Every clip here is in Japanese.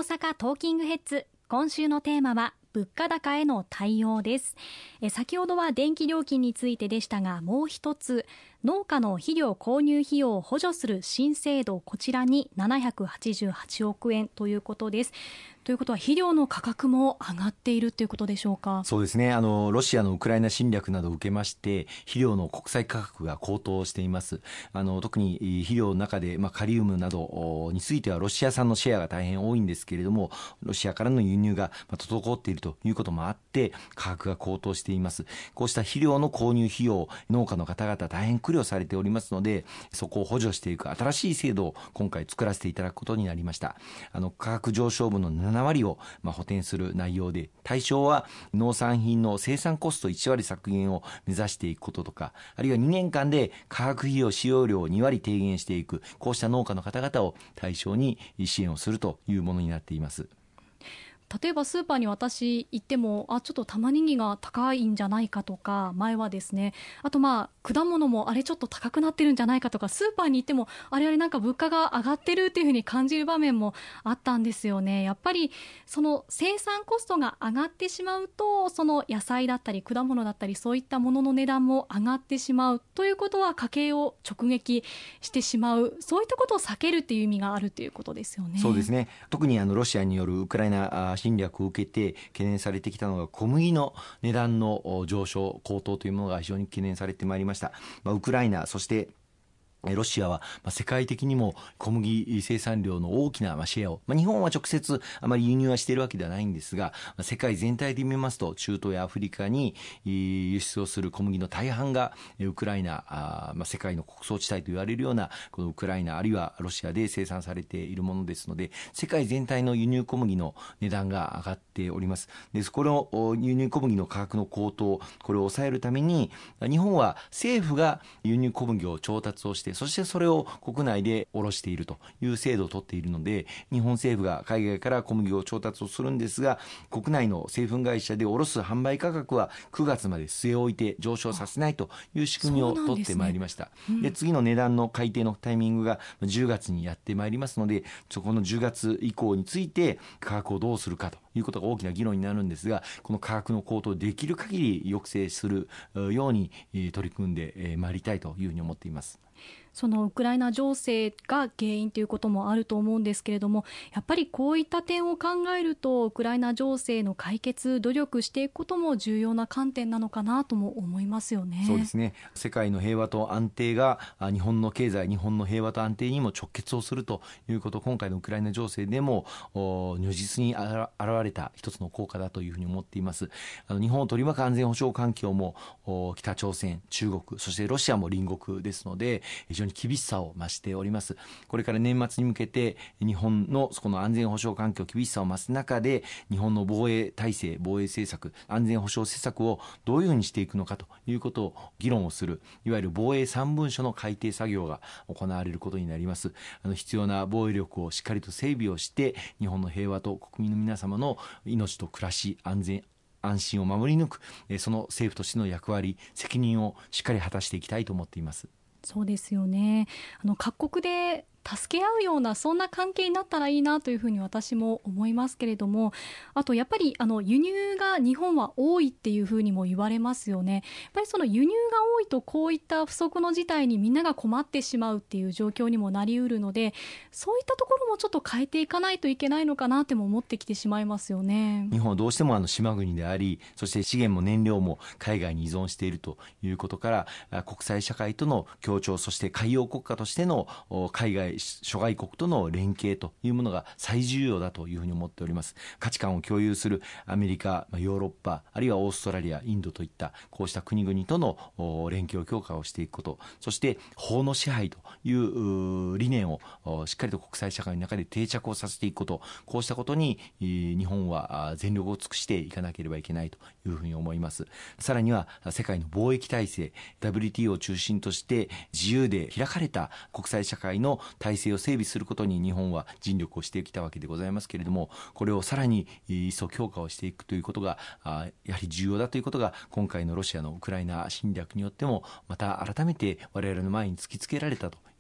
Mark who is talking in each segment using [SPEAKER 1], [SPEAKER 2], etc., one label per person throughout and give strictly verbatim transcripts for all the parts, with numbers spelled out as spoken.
[SPEAKER 1] 阪トーキングヘッズ、今週のテーマは物価高への対応です。え先ほどは電気料金についてでしたが、もう一つ農家の肥料購入費用を補助する新制度、こちらにななひゃくはちじゅうはちおくえんということです。ということは肥料の価格も上がっているということでしょうか。
[SPEAKER 2] そうですね。あのロシアのウクライナ侵略などを受けまして肥料の国際価格が高騰しています。あの特に肥料の中で、まあ、カリウムなどについてはロシア産のシェアが大変多いんですけれども、ロシアからの輸入が滞っているということもあって価格が高騰しています。こうした肥料の購入費用、農家の方々大変苦慮されておりますので、そこを補助していく新しい制度を今回作らせていただくことになりました。あの価格上昇分のななわりを、まあ、補填する内容で、対象は農産品の生産コストいちわり削減を目指していくこととか、あるいはにねんかんで化学肥料使用量をにわり低減していく、こうした農家の方々を対象に支援をするというものになっています。
[SPEAKER 1] 例えばスーパーに私行っても、あちょっと玉ねぎが高いんじゃないかとか、前はですね、あとまあ果物もあれちょっと高くなってるんじゃないかとか、スーパーに行ってもあれあれなんか物価が上がってるっていうふうに感じる場面もあったんですよね。やっぱりその生産コストが上がってしまうと、その野菜だったり果物だったりそういったものの値段も上がってしまうということは、家計を直撃してしまう、そういったことを避けるっていう意味があるということですよね。
[SPEAKER 2] そうですね。特にあのロシアによるウクライナ侵略を受けて懸念されてきたのが小麦の値段の上昇高騰というものが非常に懸念されてまいりました。まあ、ウクライナ、そしてロシアは世界的にも小麦生産量の大きなシェアを、日本は直接あまり輸入はしているわけではないんですが、世界全体で見ますと中東やアフリカに輸出をする小麦の大半がウクライナ、世界の穀倉地帯と言われるようなこのウクライナあるいはロシアで生産されているものですので、世界全体の輸入小麦の値段が上がっております。です。この輸入小麦の価格の高騰、これを抑えるために日本は政府が輸入小麦を調達をして、そしてそれを国内で卸しているという制度を取っているので、日本政府が海外から小麦を調達をするんですが、国内の製粉会社で卸す販売価格はくがつまで据え置いて上昇させないという仕組みを取ってまいりました。で、ねうん、で次の値段の改定のタイミングがじゅうがつにやってまいりますので、そこのじゅうがつ以降について価格をどうするかということが大きな議論になるんですが、この価格の高騰をできる限り抑制するように取り組んでまいりたいというふうに思っています。
[SPEAKER 1] そのウクライナ情勢が原因ということもあると思うんですけれども、やっぱりこういった点を考えるとウクライナ情勢の解決努力していくことも重要な観点なのかなとも思いますよね。
[SPEAKER 2] そうですね。世界の平和と安定が日本の経済、日本の平和と安定にも直結をするということ、今回のウクライナ情勢でも如実に現れた一つの効果だというふうに思っています。あの日本を取り巻く安全保障環境も北朝鮮、中国、そしてロシアも隣国ですので、非常に厳しさを増しております。これから年末に向けて日本のそこの安全保障環境厳しさを増す中で、日本の防衛体制、防衛政策、安全保障施策をどういうふうにしていくのかということを議論をする、いわゆる防衛三文書の改定作業が行われることになります。あの必要な防衛力をしっかりと整備をして、日本の平和と国民の皆様の命と暮らし、安全安心を守り抜く、その政府としての役割、責任をしっかり果たしていきたいと思っています。
[SPEAKER 1] そうですよね。あの各国で助け合うようなそんな関係になったらいいなというふうに私も思いますけれども、あとやっぱりあの輸入が日本は多いっていうふうにも言われますよね。やっぱりその輸入が多いとこういった不足の事態にみんなが困ってしまうっていう状況にもなりうるので、そういったところもちょっと変えていかないといけないのかなっても思ってきてしまいますよね。
[SPEAKER 2] 日本はどうしてもあの島国であり、そして資源も燃料も海外に依存しているということから、国際社会との協調、そして海洋国家としての海外諸外国との連携というものが最重要だというふうに思っております。価値観を共有するアメリカ、ヨーロッパ、あるいはオーストラリア、インドといったこうした国々との連携を強化をしていくこと、そして法の支配という理念をしっかりと国際社会の中で定着をさせていくこと、こうしたことに日本は全力を尽くしていかなければいけないというふうに思います。さらには世界の貿易体制、 ダブリューティーオー を中心として自由で開かれた国際社会の体制を整備することに日本は尽力をしてきたわけでございますけれども、これをさらに一層強化をしていくということがやはり重要だということが、今回のロシアのウクライナ侵略によってもまた改めて我々の前に突きつけられたと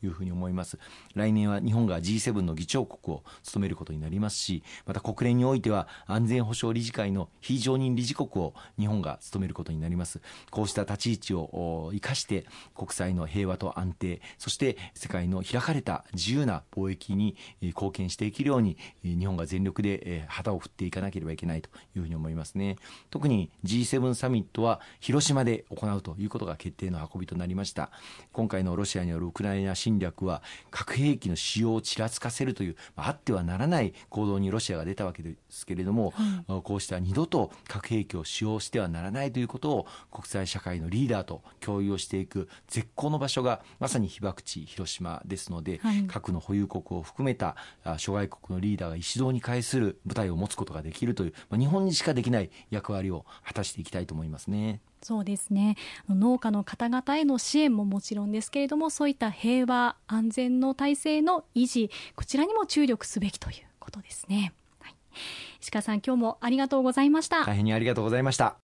[SPEAKER 2] いうふうに思います。来年は日本が ジーセブン の議長国を務めることになりますし、また国連においては安全保障理事会の非常任理事国を日本が務めることになります。こうした立ち位置を生かして国際の平和と安定、そして世界の開かれた自由な貿易に貢献していけるように日本が全力で旗を振っていかなければいけないというふうに思いますね。特に ジーセブン サミットは広島で行うということが決定の運びとなりました。今回のロシアによるウクライナ侵略は核兵器の使用をちらつかせるというあってはならない行動にロシアが出たわけですけれども、はい、こうした二度と核兵器を使用してはならないということを国際社会のリーダーと共有をしていく絶好の場所がまさに被爆地広島ですので、はい、核の保有国を含めた諸外国のリーダーが一堂に会する舞台を持つことができるという、まあ、日本にしかできない役割を果たしていきたいと思いますね。
[SPEAKER 1] そうですね、農家の方々への支援ももちろんですけれども、そういった平和安全の体制の維持、こちらにも注力すべきということですね。はい、石川さん、今日もありがとうございました。
[SPEAKER 2] 大変にありがとうございました。